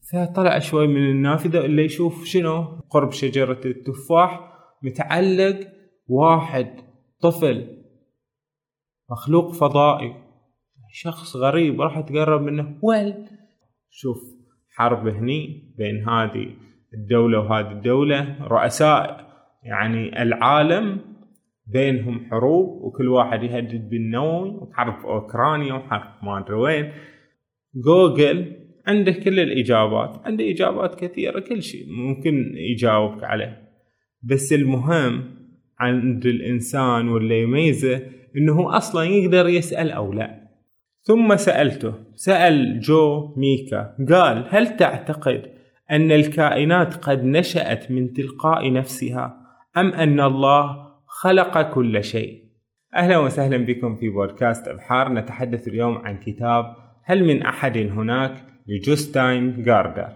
فطلع شوي من النافذة اللي يشوف شنو قرب شجرة التفاح متعلق واحد طفل مخلوق فضائي، شخص غريب. راح تقرب منه شوف حرب هني بين هذه الدولة وهذه الدولة، رؤساء يعني العالم بينهم حروب، وكل واحد يهدد بالنووي، وحرب في أوكرانيا وحرب ما أدري وين. جوجل عنده كل الإجابات، عنده إجابات كثيرة، كل شيء ممكن يجاوبك عليه، بس المهم عند الإنسان واللي يميزه إنه أصلا يقدر يسأل أو لا. ثم سأل جو ميكا، قال: هل تعتقد أن الكائنات قد نشأت من تلقاء نفسها أم أن الله خلق كل شيء؟ أهلا وسهلا بكم في بودكاست أبحار. نتحدث اليوم عن كتاب هل من أحد هناك لجوستاين غاردر.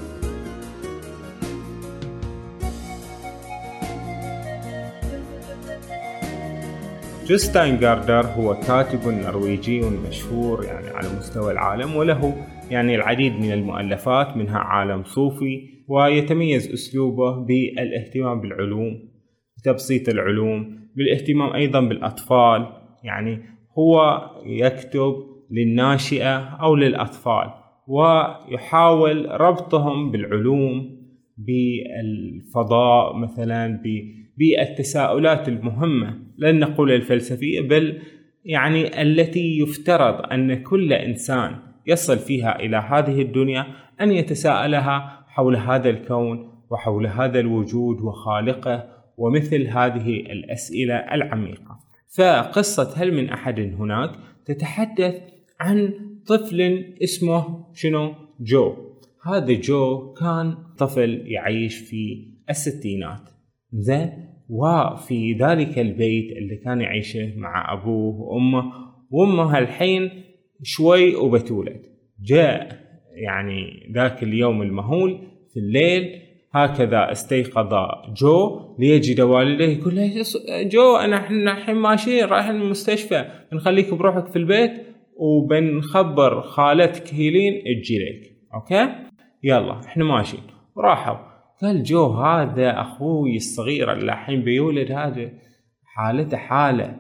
جوستاين غاردر هو كاتب نرويجي مشهور يعني على مستوى العالم، وله يعني العديد من المؤلفات منها عالم صوفي، ويتميز أسلوبه بالاهتمام بالعلوم، بتبسيط العلوم، بالاهتمام أيضا بالأطفال. يعني هو يكتب للناشئة أو للأطفال، ويحاول ربطهم بالعلوم، بالفضاء مثلا، بالتساؤلات المهمة، لن نقول الفلسفية، بل يعني التي يفترض أن كل إنسان يصل فيها إلى هذه الدنيا أن يتساءلها حول هذا الكون وحول هذا الوجود وخالقه، ومثل هذه الأسئلة العميقة. فقصة هل من أحد هناك تتحدث عن طفل اسمه جو. هذا جو كان طفل يعيش في الستينات، زين، وفي ذلك البيت اللي كان يعيشه مع أبوه وأمه الحين شوي وبتولد. جاء يعني ذاك اليوم المهول في الليل، هكذا استيقظ جو ليجد والديه يقول له: جو، احنا الحين ماشيين رايحين المستشفى، بنخليك بروحك في البيت وبنخبر خالتك هيلين تجي لك، اوكي يلا احنا ماشيين. وراحوا. قال جو: هذا اخوي الصغير اللي الحين بيولد، هذا حالته حاله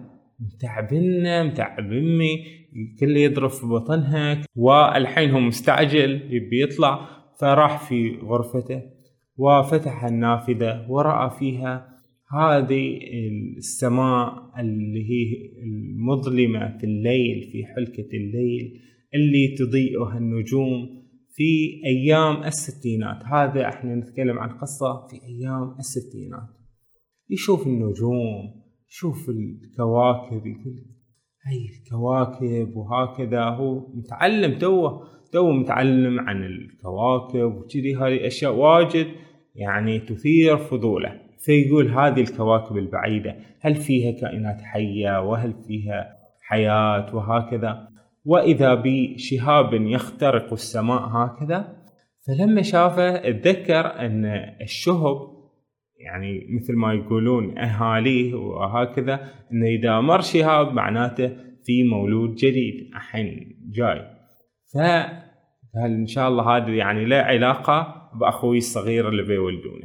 متعب امي، كل يضرب في بطنها، والحين هو مستعجل يبي يطلع. فراح في غرفته وفتح النافذة ورأى فيها هذه السماء اللي هي المظلمة في الليل، في حلقة الليل اللي تضيئها النجوم في أيام الستينات. هذا احنا نتكلم عن قصة في أيام الستينات. يشوف النجوم، يشوف الكواكب، يقول هاي الكواكب، وهكذا هو متعلم تو متعلم عن الكواكب وكذي، هذه أشياء واجد يعني تثير فضوله. فيقول هذه الكواكب البعيدة هل فيها كائنات حية وهل فيها حياة وهكذا. وإذا بشهاب يخترق السماء هكذا. فلما شافه اتذكر أن الشهب يعني مثل ما يقولون أهاليه وهكذا، أن إذا مر شهاب معناته في مولود جديد الحين جاي. فقال إن شاء الله هذا يعني لا علاقة بأخوي الصغير اللي بيولدونه.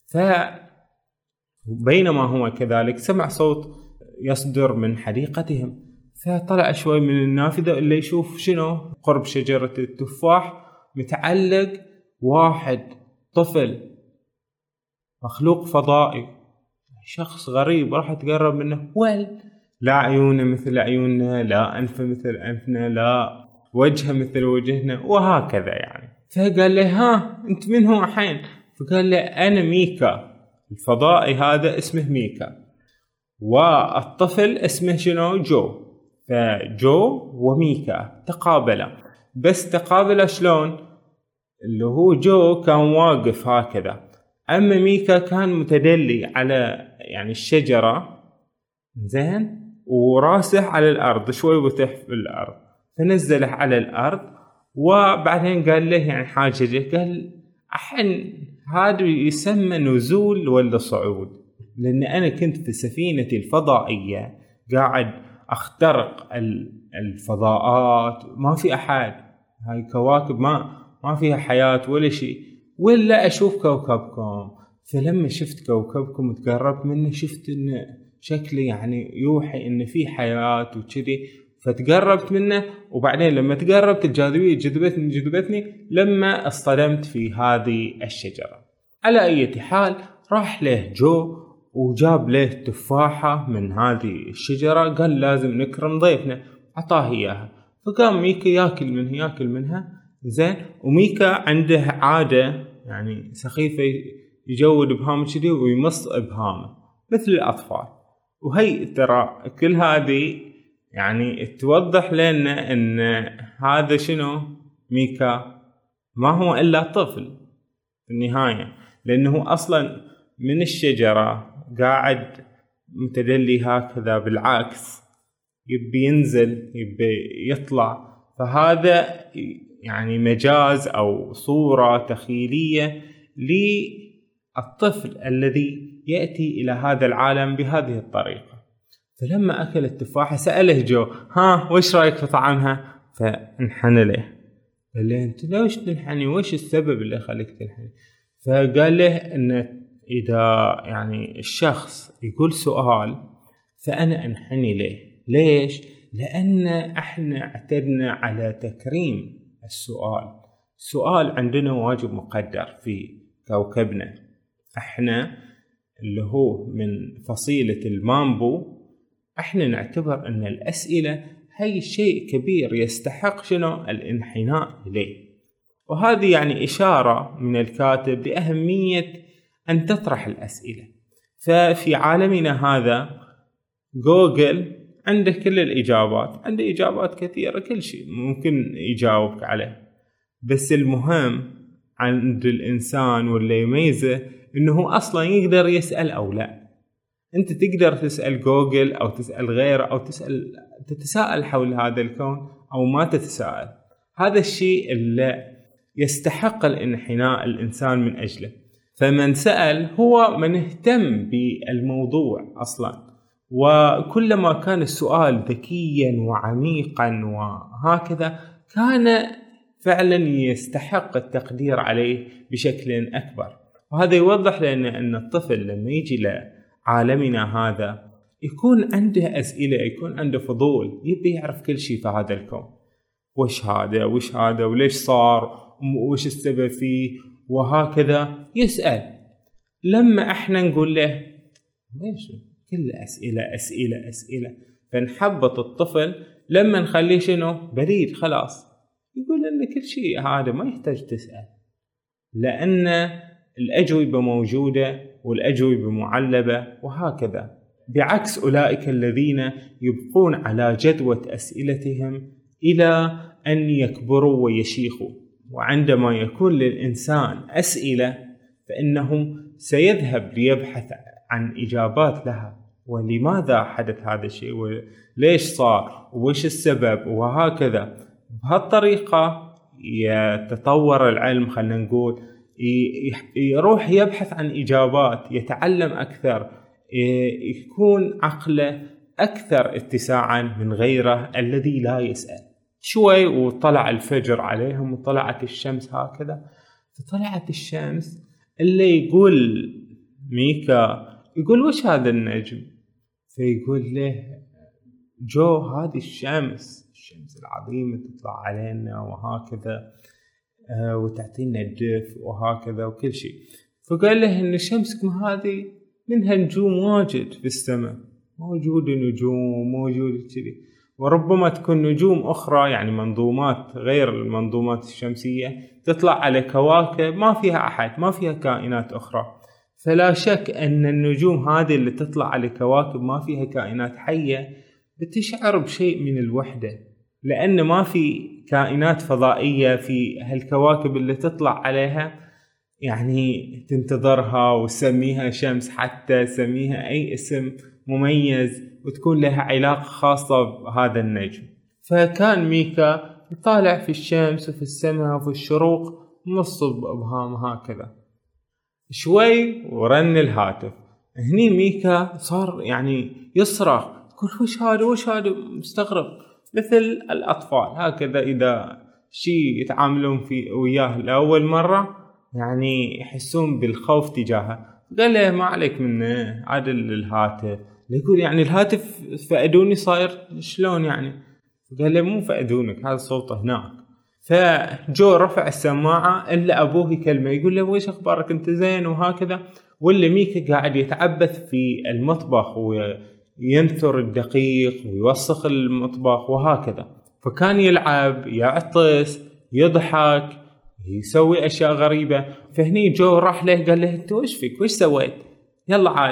فبينما هو كذلك سمع صوت يصدر من حديقتهم، فطلع شوي من النافذة اللي يشوف شنو قرب شجرة التفاح متعلق واحد طفل مخلوق فضائي، شخص غريب. راح تقرب منه لا عيونه مثل عيوننا، لا أنف مثل أنفنا، لا وجهه مثل وجهنا، وهكذا يعني. فقال له: ها أنت من هو الحين؟ فقال له: أنا ميكا، الفضائي هذا اسمه ميكا، والطفل اسمه جو. فجو وميكا تقابلا، بس تقابلا شلون؟ اللي هو جو كان واقف هكذا، أما ميكا كان متدلي على يعني الشجرة، زين، وراسه على الأرض شوي وتح في الأرض. فنزله على الأرض، وبعدين قال له يعني حاجة، قال: أحن هذا يسمى نزول ولا صعود؟ لأن أنا كنت في سفينتي الفضائية قاعد أخترق الفضاءات، ما في أحد، هاي كواكب ما فيها حياة ولا شيء، ولا أشوف كوكبكم. فلما شفت كوكبكم وتقربت منه شفت إن شكله يعني يوحي إن في حياة وكذي، فتقربت منه. وبعدين لما تقربت الجاذبية جذبتني لما اصطدمت في هذه الشجرة. على أي حال راح له جو وجاب له تفاحة من هذه الشجرة، قال لازم نكرم ضيفنا، عطاه إياها. فقام ميكا ياكل منها زين. وميكا عنده عادة يعني سخيفة، يجود بهامه كذي ويمص بهامه مثل الأطفال. وهي ترى كل هذه يعني توضح لنا ان هذا شنو، ميكا ما هو الا طفل في النهاية، لانه اصلا من الشجرة قاعد متدلي هكذا، بالعكس يبي ينزل يبي يطلع. فهذا يعني مجاز او صورة تخيلية للطفل الذي يأتي الى هذا العالم بهذه الطريقة. فلما أكل التفاحة سأله جو ها وش رأيك في طعمها؟ فانحنى له، قال له أنت ليش تنحني؟ وش السبب اللي خليك تنحني؟ فقال له أن إذا يعني الشخص يقول سؤال فأنا أنحني له. ليش؟ لأن احنا اعتدنا على تكريم السؤال عندنا واجب مقدر في كوكبنا. احنا اللي هو من فصيلة المامبو، احنا نعتبر ان الاسئلة هي شيء كبير يستحق شنو الانحناء اليه. وهذه يعني اشارة من الكاتب لأهمية ان تطرح الاسئلة. ففي عالمنا هذا جوجل عنده كل الاجابات، عنده اجابات كثيرة، كل شيء ممكن يجاوبك عليه. بس المهم عند الانسان واللي يميزه انه اصلا يقدر يسأل او لا. انت تقدر تسأل جوجل او تسأل غيره او تتساءل حول هذا الكون او ما تتساءل. هذا الشيء اللي يستحق الانحناء الانسان من اجله. فمن سأل هو من اهتم بالموضوع اصلا، وكلما كان السؤال ذكيا وعميقا وهكذا كان فعلا يستحق التقدير عليه بشكل اكبر. وهذا يوضح لنا أن الطفل لما يجي لعالمنا هذا يكون عنده أسئلة، يكون عنده فضول، يبي يعرف كل شيء في هذا الكون. وش هذا وليش صار وش السبب فيه وهكذا يسأل. لما احنا نقول له ليش كل أسئلة فنحبط الطفل. لما نخليه شنو بريد خلاص يقول لنا كل شيء هذا ما يحتاج تسأل، لأن الأجوبة موجودة والأجوبة معلبة وهكذا. بعكس أولئك الذين يبقون على جدوى أسئلتهم إلى أن يكبروا ويشيخوا. وعندما يكون للإنسان أسئلة فإنه سيذهب ليبحث عن إجابات لها، ولماذا حدث هذا الشيء وليش صار وش السبب وهكذا. بهالطريقة يتطور العلم، خلنا نقول يروح يبحث عن إجابات، يتعلم أكثر، يكون عقله أكثر اتساعا من غيره الذي لا يسأل. شوي وطلع الفجر عليهم وطلعت الشمس هكذا. فطلعت الشمس اللي يقول ميكا يقول وش هذا النجم؟ فيقول له جو هذه الشمس العظيمة تطلع علينا وهكذا وتعطينا الدفء وهكذا وكل شيء. فقال له إن شمسكم هذه منها نجوم واجد في السماء، موجود نجوم موجود كذي، وربما تكون نجوم أخرى يعني منظومات غير المنظومات الشمسية تطلع على كواكب ما فيها أحد، ما فيها كائنات أخرى. فلا شك أن النجوم هذه اللي تطلع على كواكب ما فيها كائنات حية بتشعر بشيء من الوحدة، لأن ما في كائنات فضائية في هالكواكب اللي تطلع عليها يعني تنتظرها وتسميها شمس، حتى تسميها أي اسم مميز وتكون لها علاقة خاصة بهذا النجم. فكان ميكا يطالع في الشمس وفي السماء وفي الشروق مصب أبهام هكذا. شوي ورن الهاتف. هني ميكا صار يعني يصرخ، يقول وش هذا مستغرب مثل الأطفال هكذا إذا شيء يتعاملون فيه وياه لأول مرة يعني يحسون بالخوف تجاهه. قال له ما عليك منه، عادل الهاتف. يقول يعني الهاتف فقدوني صاير شلون يعني؟ قال له مو فقدونك، هذا صوته هناك. فجو رفع السماعة إلا أبوه يكلمه يقول له ويش أخبارك أنت زين وهكذا. واللي ميكا قاعد يتعبث في المطبخ وينثر الدقيق ويوسخ المطبخ وهكذا. فكان يلعب يعطس يضحك يسوي أشياء غريبة. فهني جو راح له قال له أنت وش فيك وش سويت يلا عاد.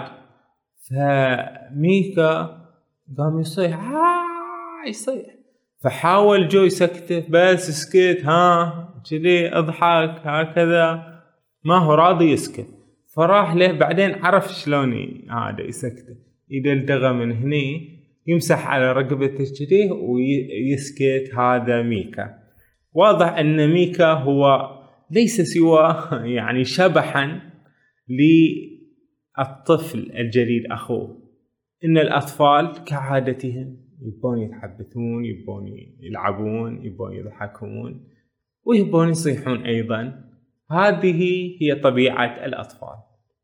فميكا قام يصيح يصيح. فحاول جو يسكته بس سكت كذي اضحك هكذا ما هو راضي يسكت. فراح له بعدين عرف شلون هذا يسكته، يدلدغه من هني يمسح على رقبته كذي ويسكت. هذا ميكا. واضح ان ميكا هو ليس سوى يعني شبحا للطفل الجديد اخوه. ان الاطفال كعادتهم يبون يتحدثون يبون يلعبون يبون يضحكون ويبون يصيحون أيضا. هذه هي طبيعة الأطفال.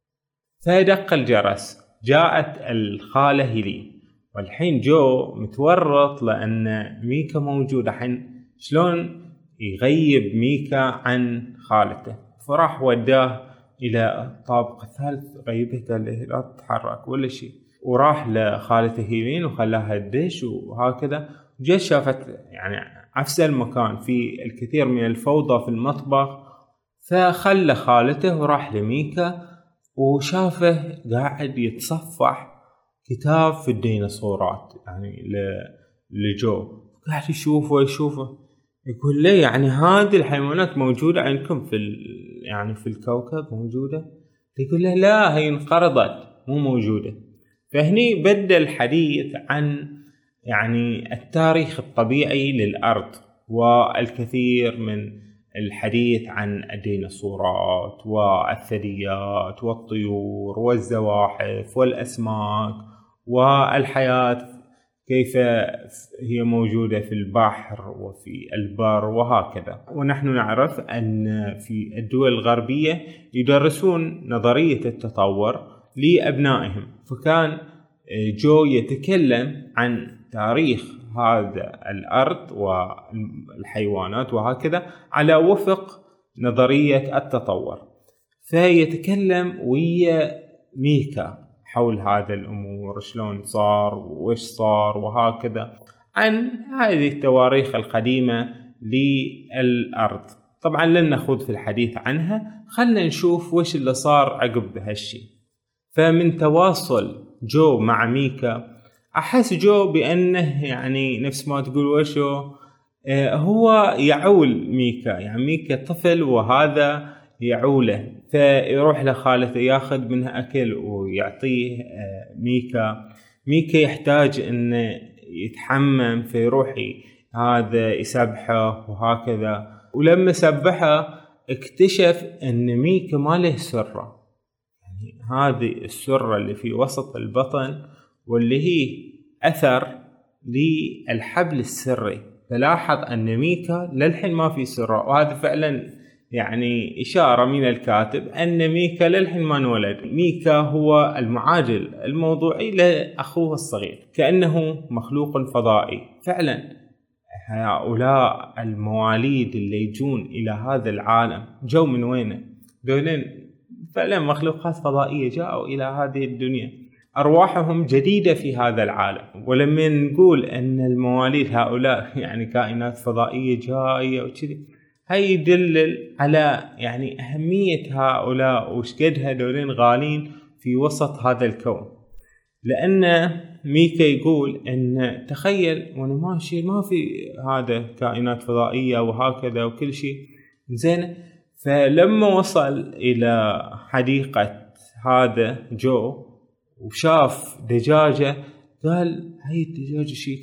فدق الجرس، جاءت الخالة هيلين. والحين جو متورط لأن ميكا موجود. الحين شلون يغيب ميكا عن خالته؟ فراح وداه إلى الطابق الثالث غيبه قال له لا تتحرك ولا شيء. وراح لخالته هيلين وخلاها تدش وهكذا. جت شافت يعني عفس المكان في الكثير من الفوضى في المطبخ. فخلى خالته وراح لميكا وشافه قاعد يتصفح كتاب في الديناصورات يعني لجو. قاعد يشوفه يقول لي يعني هذه الحيوانات موجودة عندكم يعني في الكوكب موجودة؟ يقول له لا هي انقرضت مو موجودة. فهني بدأ الحديث عن يعني التاريخ الطبيعي للأرض والكثير من الحديث عن الديناصورات والثدييات والطيور والزواحف والأسماك والحياة كيف هي موجودة في البحر وفي البر وهكذا. ونحن نعرف أن في الدول الغربية يدرسون نظرية التطور لأبنائهم. فكان جو يتكلم عن تاريخ هذا الأرض والحيوانات وهكذا على وفق نظرية التطور. فيتكلم ويا ميكا حول هذا الأمور شلون صار وإيش صار وهكذا عن هذه التواريخ القديمة للأرض. طبعا لن نخوض في الحديث عنها، خلنا نشوف وإيش اللي صار عقب هالشي. فمن تواصل جو مع ميكا أحس جو بأنه يعني نفس ما تقول وشو هو يعول ميكا. يعني ميكا طفل وهذا يعوله. فيروح لخالته ياخذ منها أكل ويعطيه ميكا يحتاج أنه يتحمم فيروح هذا يسبحه وهكذا. ولما سبحه اكتشف أن ميكا ما له سرة، يعني هذه السرة اللي في وسط البطن واللي هي أثر للحبل السري. فلاحظ أن ميكا للحين ما في سرة. وهذا فعلا يعني إشارة من الكاتب أن ميكا للحين ما انولد. ميكا هو المعادل الموضوعي لأخوه الصغير، كأنه مخلوق فضائي. فعلا هؤلاء المواليد اللي يجون إلى هذا العالم جو من وينه؟ دولين فعلا مخلوقات فضائية جاءوا إلى هذه الدنيا، أرواحهم جديدة في هذا العالم. ولما نقول أن المواليد هؤلاء يعني كائنات فضائية جاية وكذي، هاي يدلل على يعني أهمية هؤلاء وشقد هذولين غالين في وسط هذا الكون. لأن ميكا يقول أن تخيل وأنا ماشي ما في هذا كائنات فضائية وهكذا وكل شيء زين. فلما وصل إلى حديقة هذا جو وشاف دجاجة قال هاي الدجاجة شيء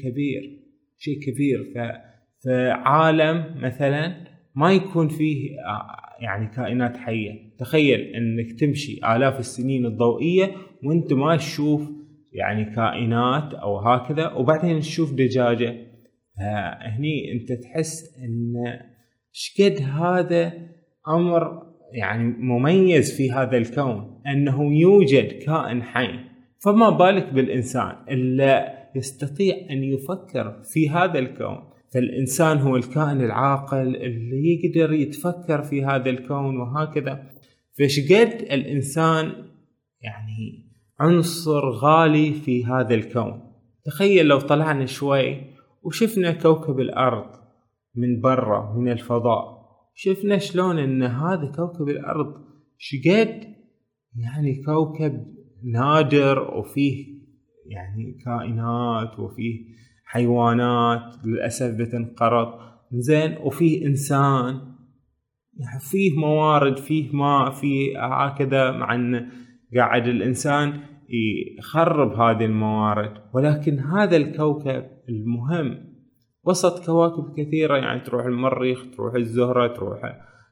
كبير. فعالم مثلا ما يكون فيه يعني كائنات حية. تخيل انك تمشي آلاف السنين الضوئية وانت ما تشوف يعني كائنات او هكذا، وبعدين تشوف دجاجة. هني انت تحس ان شقد هذا أمر يعني مميز في هذا الكون أنه يوجد كائن حي، فما بالك بالإنسان اللي يستطيع أن يفكر في هذا الكون. فالإنسان هو الكائن العاقل اللي يقدر يتفكر في هذا الكون وهكذا. فشقد الإنسان يعني عنصر غالي في هذا الكون. تخيل لو طلعنا شوي وشفنا كوكب الأرض من برا من الفضاء، شفنا شلون ان هذا كوكب الأرض شقد يعني كوكب نادر، وفيه يعني كائنات وفيه حيوانات للأسف بتنقرض، زين، وفيه إنسان، يعني فيه موارد، فيه ماء، فيه هكذا، مع أن قاعد الإنسان يخرب هذه الموارد. ولكن هذا الكوكب المهم وسط كواكب كثيرة، يعني تروح المريخ، تروح الزهرة، تروح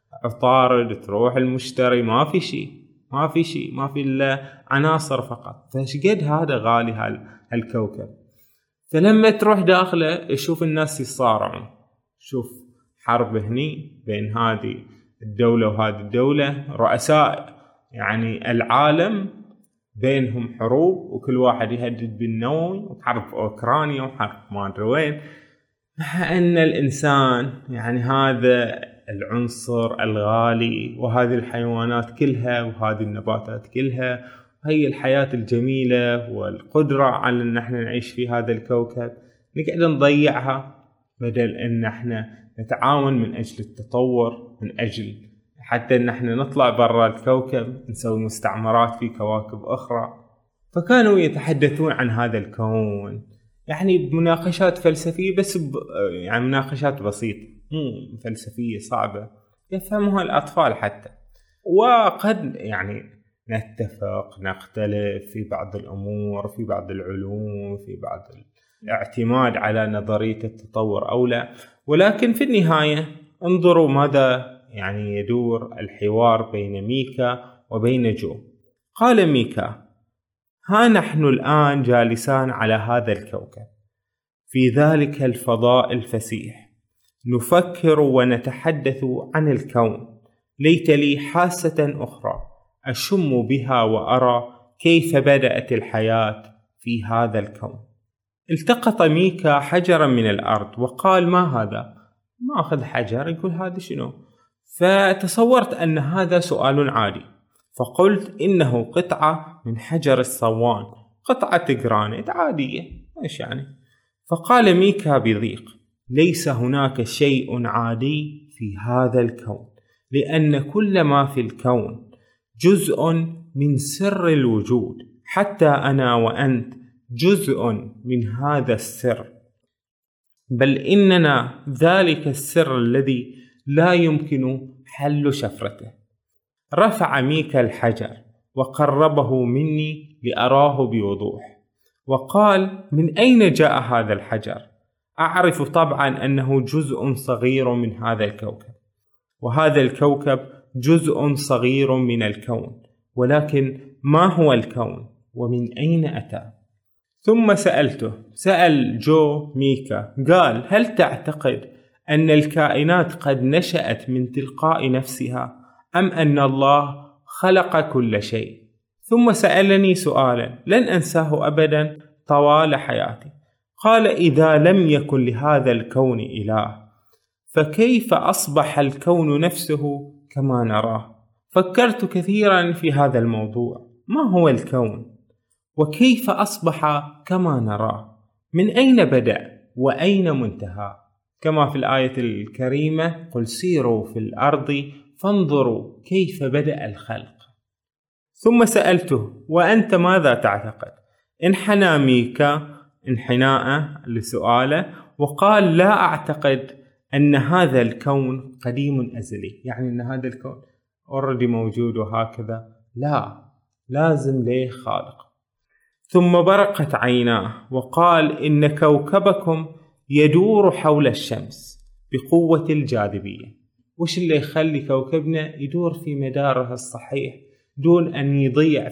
عطارد، تروح المشتري، ما في شيء، ما في إلا عناصر فقط. فشقد هذا غالي هالكوكب. فلما تروح داخله تشوف الناس يصارعون، شوف حرب هني بين هذه الدولة وهذه الدولة، رؤساء يعني العالم بينهم حروب، وكل واحد يهدد بالنووي، وحرب أوكرانيا وحرب ما أدري وين. مع أن الإنسان يعني هذا العنصر الغالي، وهذه الحيوانات كلها، وهذه النباتات كلها، هي الحياة الجميلة والقدرة على أن احنا نعيش في هذا الكوكب، نقعد نضيعها بدل أن احنا نتعاون من أجل التطور، من أجل حتى أن احنا نطلع برا الكوكب، نسوي مستعمرات في كواكب أخرى. فكانوا يتحدثون عن هذا الكون يعني بمناقشات فلسفية، بس يعني مناقشات بسيطة، مو فلسفية صعبة يفهمها الأطفال حتى. وقد يعني نتفق نختلف في بعض الأمور، في بعض العلوم، في بعض الاعتماد على نظرية التطور أو لا، ولكن في النهاية انظروا ماذا يعني يدور الحوار بين ميكا وبين جو. قال ميكا: ها نحن الآن جالسان على هذا الكوكب في ذلك الفضاء الفسيح، نفكر ونتحدث عن الكون. ليت لي حاسة أخرى أشم بها وأرى كيف بدأت الحياة في هذا الكون. التقط ميكا حجرا من الأرض وقال: ما هذا؟ ما أخذ حجر يقول هذا شنو؟ فتصورت أن هذا سؤال عادي، فقلت إنه قطعة من حجر الصوان، قطعة جرانيت عادية، إيش يعني؟ فقال ميكا بضيق: ليس هناك شيء عادي في هذا الكون، لأن كل ما في الكون جزء من سر الوجود، حتى أنا وأنت جزء من هذا السر، بل إننا ذلك السر الذي لا يمكن حل شفرته. رفع ميكا الحجر وقربه مني لأراه بوضوح، وقال: من أين جاء هذا الحجر؟ أعرف طبعا أنه جزء صغير من هذا الكوكب، وهذا الكوكب جزء صغير من الكون، ولكن ما هو الكون ومن أين أتى؟ ثم سأل جو ميكا، قال: هل تعتقد أن الكائنات قد نشأت من تلقاء نفسها، أم أن الله خلق كل شيء؟ ثم سألني سؤالا لن أنساه أبدا طوال حياتي. قال: إذا لم يكن لهذا الكون إله، فكيف أصبح الكون نفسه كما نراه؟ فكرت كثيرا في هذا الموضوع، ما هو الكون؟ وكيف أصبح كما نراه؟ من أين بدأ وأين منتهى؟ كما في الآية الكريمة: قل سيروا في الأرض فانظروا كيف بدأ الخلق. ثم سألته: وأنت ماذا تعتقد؟ انحنى ميكا انحناء لسؤاله وقال: لا أعتقد أن هذا الكون قديم أزلي، يعني أن هذا الكون already موجود وهكذا، لا، لازم ليه خالق. ثم برقت عيناه وقال: إن كوكبكم يدور حول الشمس بقوة الجاذبية. وش اللي يخلي كوكبنا يدور في مداره الصحيح دون أن يضيع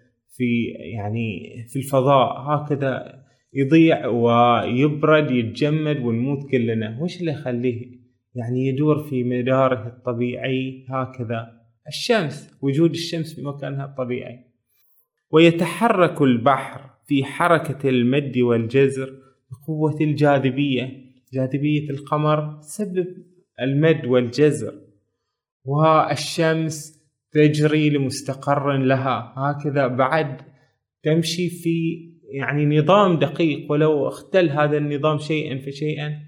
في الفضاء هكذا، يضيع ويبرد يتجمد ونموت كلنا؟ وش اللي يخليه يعني يدور في مداره الطبيعي هكذا الشمس، وجود الشمس في مكانها الطبيعي. ويتحرك البحر في حركة المد والجزر بقوة الجاذبية، جاذبية القمر تسبب المد والجزر، والشمس تجري لمستقر لها هكذا بعد تمشي في يعني نظام دقيق، ولو اختل هذا النظام شيئا فشيئا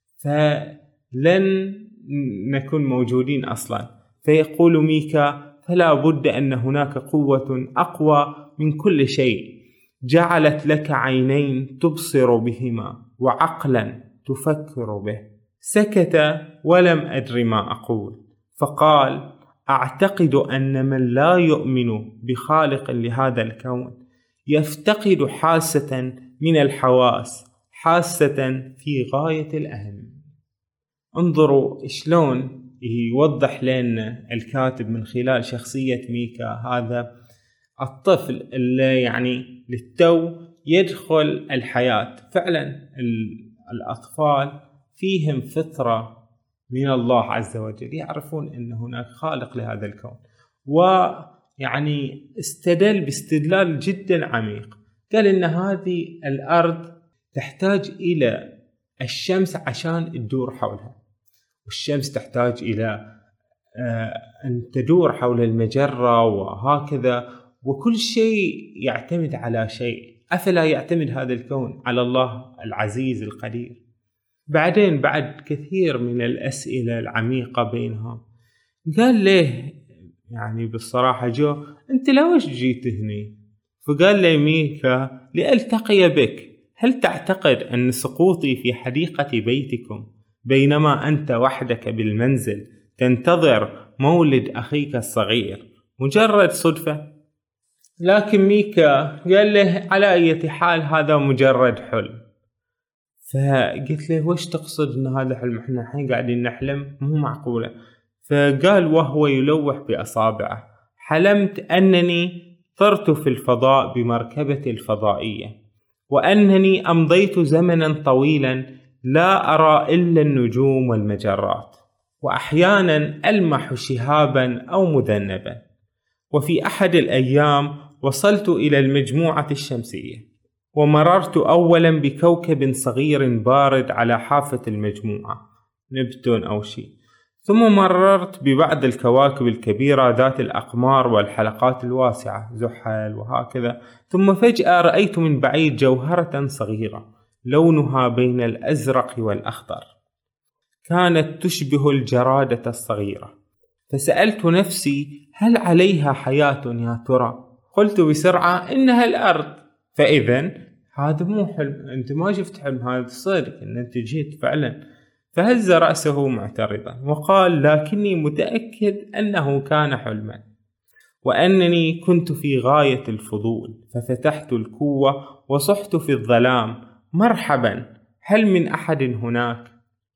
فلن نكون موجودين أصلا. فيقول ميكا: فلا بد أن هناك قوة أقوى من كل شيء جعلت لك عينين تبصر بهما وعقلا تفكر به. سكت ولم أدر ما أقول، فقال: أعتقد أن من لا يؤمن بخالق لهذا الكون يفتقد حاسة من الحواس، حاسة في غاية الأهمية. انظروا شلون يوضح لنا الكاتب من خلال شخصية ميكا هذا الطفل اللي يعني للتو يدخل الحياة. فعلا الأطفال فيهم فطرة من الله عز وجل، يعرفون أن هناك خالق لهذا الكون، ويعني استدل باستدلال جدا عميق. قال أن هذه الأرض تحتاج إلى الشمس عشان تدور حولها، والشمس تحتاج إلى أن تدور حول المجرة، وهكذا، وكل شيء يعتمد على شيء. أفلا يعتمد هذا الكون على الله العزيز القدير؟ بعدين بعد كثير من الأسئلة العميقة بينهم قال ليه يعني بالصراحة جو أنت لوش جيت هني؟ فقال لي ميكا: لألتقي بك. هل تعتقد أن سقوطي في حديقة بيتكم بينما أنت وحدك بالمنزل تنتظر مولد أخيك الصغير مجرد صدفة؟ لكن ميكا قال له: على أي حال هذا مجرد حلم. فقلت له: وش تقصد أن هذا حلم؟ احنا الحين قاعدين نحلم، مو معقولة. فقال وهو يلوح بأصابعه: حلمت أنني طرت في الفضاء بمركبة الفضائية، وأنني أمضيت زمنا طويلا لا أرى إلا النجوم والمجرات، وأحيانا ألمح شهابا أو مذنبا. وفي أحد الأيام وصلت إلى المجموعة الشمسية، ومررت أولا بكوكب صغير بارد على حافة المجموعة، نبتون أو شيء، ثم مررت ببعض الكواكب الكبيرة ذات الأقمار والحلقات الواسعة، زحل وهكذا. ثم فجأة رأيت من بعيد جوهرة صغيرة لونها بين الأزرق والأخضر، كانت تشبه الجرادة الصغيرة. فسألت نفسي: هل عليها حياة يا ترى؟ قلت بسرعة: إنها الأرض. فإذن هذا مو حلم، أنت ما شفت حلم، هذا صدق أن أنت جيت فعلا. فهز رأسه معترضا وقال: لكني متأكد أنه كان حلما، وأنني كنت في غاية الفضول. ففتحت الكوة وصحت في الظلام: مرحبا، هل من أحد هناك؟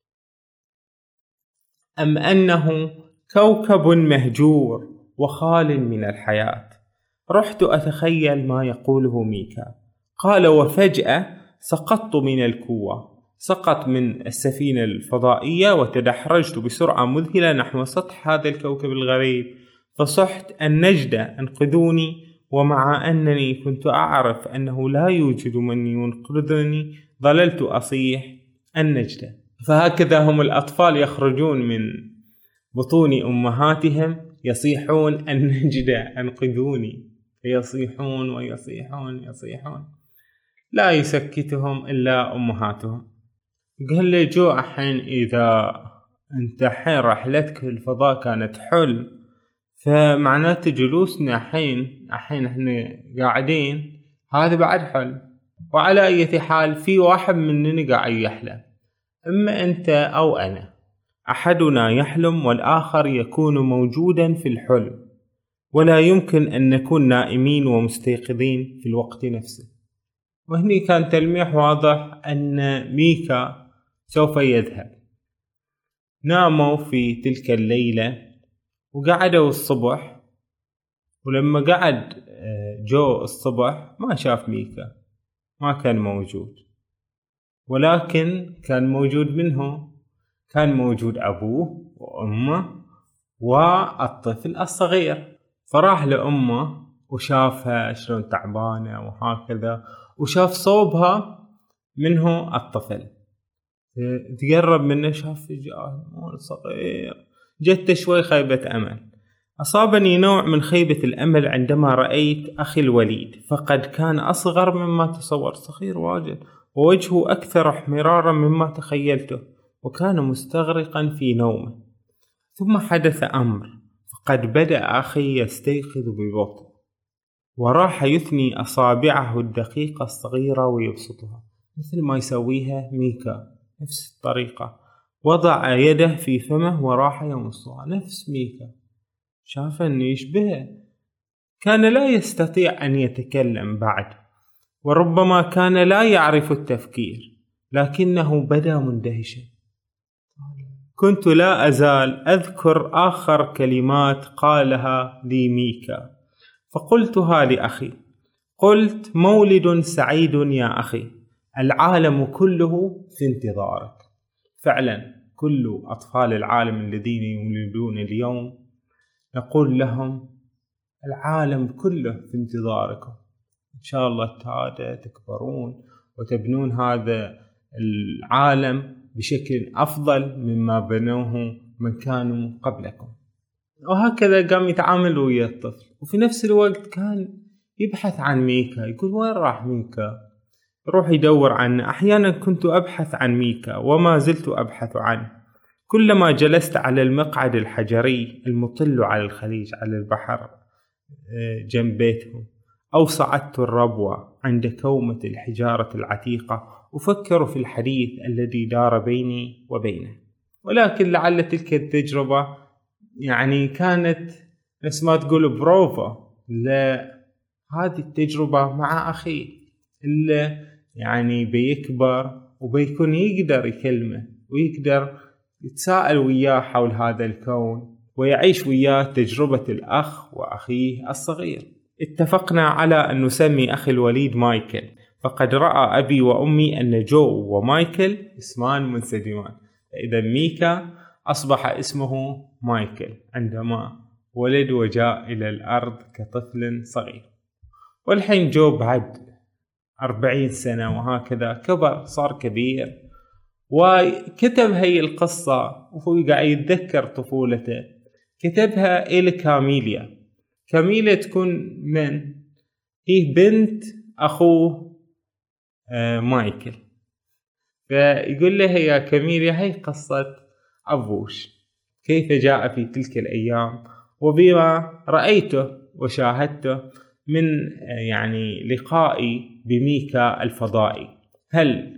أم أنه كوكب مهجور وخال من الحياة؟ رحت أتخيل ما يقوله ميكا. قال: وفجأة سقطت من الكوة، سقط من السفينة الفضائية، وتدحرجت بسرعة مذهلة نحو سطح هذا الكوكب الغريب، فصحت: النجدة انقذوني. ومع أنني كنت أعرف أنه لا يوجد من ينقذني ظللت أصيح: النجدة. فهكذا هم الأطفال يخرجون من بطون أمهاتهم يصيحون: النجدة انقذوني، فيصيحون ويصيحون يصيحون، لا يسكتهم إلا أمهاتهم. قال لي: جو الحين إذا أنت حين رحلتك في الفضاء كانت حلم، فمعناته جلوسنا الحين احنا قاعدين هذا بعد حلم. وعلى أي حال في واحد مننا قاعد يحلم، إما أنت أو أنا، أحدنا يحلم والآخر يكون موجودا في الحلم، ولا يمكن أن نكون نائمين ومستيقظين في الوقت نفسه. وهني كان تلميح واضح أن ميكا سوف يذهب. ناموا في تلك الليلة وقعدوا الصبح، ولما قعد جو الصبح ما شاف ميكا، ما كان موجود، ولكن كان موجود منه كان موجود أبوه وأمه والطفل الصغير. فراح لأمه وشافها شلون تعبانة وهكذا، وشاف صوبها منه الطفل، تقرب منه شاف جاه صغير، جت شوي خيبة أمل. أصابني نوع من خيبة الأمل عندما رأيت أخي الوليد، فقد كان أصغر مما تصور، صغير واجد، ووجهه أكثر احمرارا مما تخيلته، وكان مستغرقا في نومه. ثم حدث أمر، فقد بدأ أخي يستيقظ ببطء، وراح يثني أصابعه الدقيقة الصغيرة ويبسطها مثل ما يسويها ميكا، نفس الطريقة. وضع يده في فمه وراح يمصها نفس ميكا. شاف أنه يشبهه. كان لا يستطيع أن يتكلم بعد، وربما كان لا يعرف التفكير، لكنه بدا مندهشا. كنت لا أزال أذكر آخر كلمات قالها لي ميكا، فقلتها لأخي. قلت: مولد سعيد يا أخي، العالم كله في انتظارك. فعلا كل أطفال العالم الذين يولدون اليوم نقول لهم العالم كله في انتظاركم. إن شاء الله تعالى تكبرون وتبنون هذا العالم بشكل أفضل مما بنوه من كانوا قبلكم. وهكذا قام يتعامل ويا الطفل، وفي نفس الوقت كان يبحث عن ميكا. يقول: وين راح ميكا؟ يروح يدور عنه. أحيانا كنت أبحث عن ميكا وما زلت أبحث عنه. كلما جلست على المقعد الحجري المطل على الخليج، على البحر جنب بيتهم، أو صعدت الربوة عند كومة الحجارة العتيقة، أفكر في الحديث الذي دار بيني وبينه. ولكن لعل تلك التجربة كانت نفس ما تقول بروفا لهذه التجربة مع أخي اللي بيكبر وبيكون يقدر يكلمه ويقدر يتساءل وياه حول هذا الكون ويعيش وياه تجربة الأخ وأخيه الصغير. اتفقنا على أن نسمي أخي الوليد مايكل، فقد رأى أبي وأمي أن جو ومايكل اسمان منسجمان، إذا ميكا أصبح اسمه مايكل عندما ولد وجاء إلى الأرض كطفل صغير. والحين جو بعد 40 سنة وهكذا كبر، صار كبير، وكتب هي القصة وهو قاعد يتذكر طفولته. كتبها إلى كاميليا. كاميليا تكون من؟ هي بنت أخوه مايكل. فيقول له: يا كاميليا، هي قصة أبوش، كيف جاء في تلك الأيام وبما رأيته وشاهدته من لقائي بميكا الفضائي. هل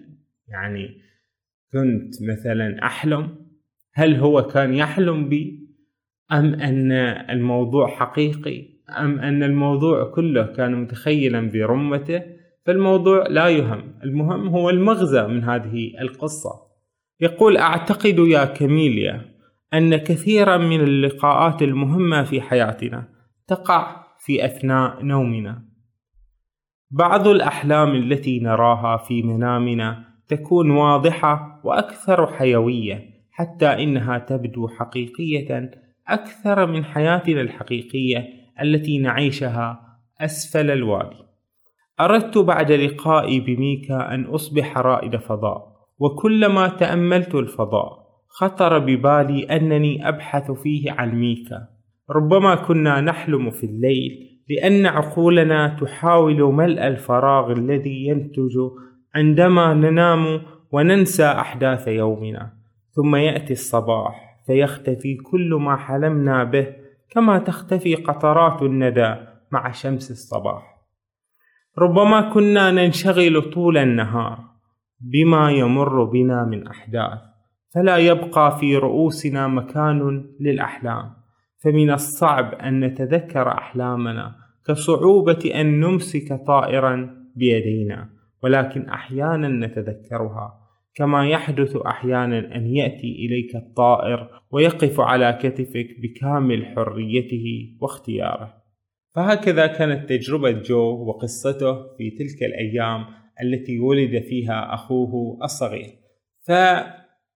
كنت مثلا أحلم؟ هل هو كان يحلم بي؟ أم أن الموضوع حقيقي؟ أم أن الموضوع كله كان متخيلا برمته؟ فالموضوع لا يهم، المهم هو المغزى من هذه القصة. يقول: أعتقد يا كاميليا أن كثيرا من اللقاءات المهمة في حياتنا تقع في أثناء نومنا. بعض الأحلام التي نراها في منامنا تكون واضحة وأكثر حيوية، حتى إنها تبدو حقيقية أكثر من حياتنا الحقيقية التي نعيشها أسفل الوادي. أردت بعد لقائي بميكا أن أصبح رائد فضاء، وكلما تأملت الفضاء خطر ببالي أنني أبحث فيه عن ميكا. ربما كنا نحلم في الليل لأن عقولنا تحاول ملء الفراغ الذي ينتج عندما ننام وننسى أحداث يومنا، ثم يأتي الصباح فيختفي كل ما حلمنا به، كما تختفي قطرات الندى مع شمس الصباح. ربما كنا ننشغل طول النهار بما يمر بنا من أحداث، فلا يبقى في رؤوسنا مكان للأحلام، فمن الصعب أن نتذكر أحلامنا كصعوبة أن نمسك طائرا بيدينا، ولكن أحيانا نتذكرها، كما يحدث أحيانا أن يأتي إليك الطائر ويقف على كتفك بكامل حريته واختياره. فهكذا كانت تجربة جو وقصته في تلك الأيام التي ولد فيها أخوه الصغير.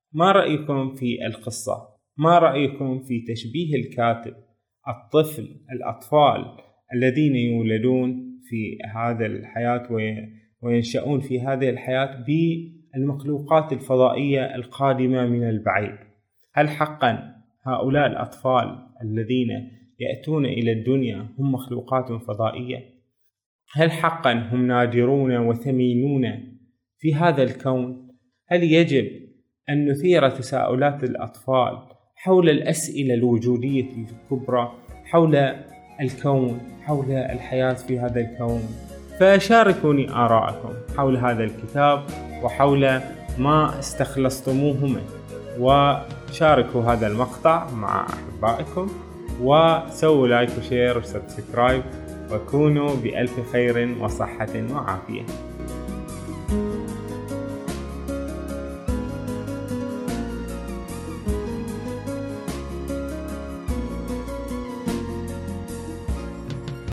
ما رأيكم في القصة؟ ما رأيكم في تشبيه الكاتب الأطفال الذين يولدون في هذا الحياة وينشأون في هذه الحياة بالمخلوقات الفضائية القادمة من البعيد؟ هل حقا هؤلاء الأطفال الذين يأتون إلى الدنيا هم مخلوقات فضائية؟ هل حقا هم نادرون وثمينون في هذا الكون؟ هل يجب أن نثير تساؤلات الأطفال حول الأسئلة الوجودية الكبرى حول الكون، حول الحياة في هذا الكون؟ فشاركوني آراءكم حول هذا الكتاب وحول ما استخلصتموه منه، وشاركوا هذا المقطع مع أحبائكم، وسووا لايك وشير وسبسكرايب، وكونوا بألف خير وصحة وعافية.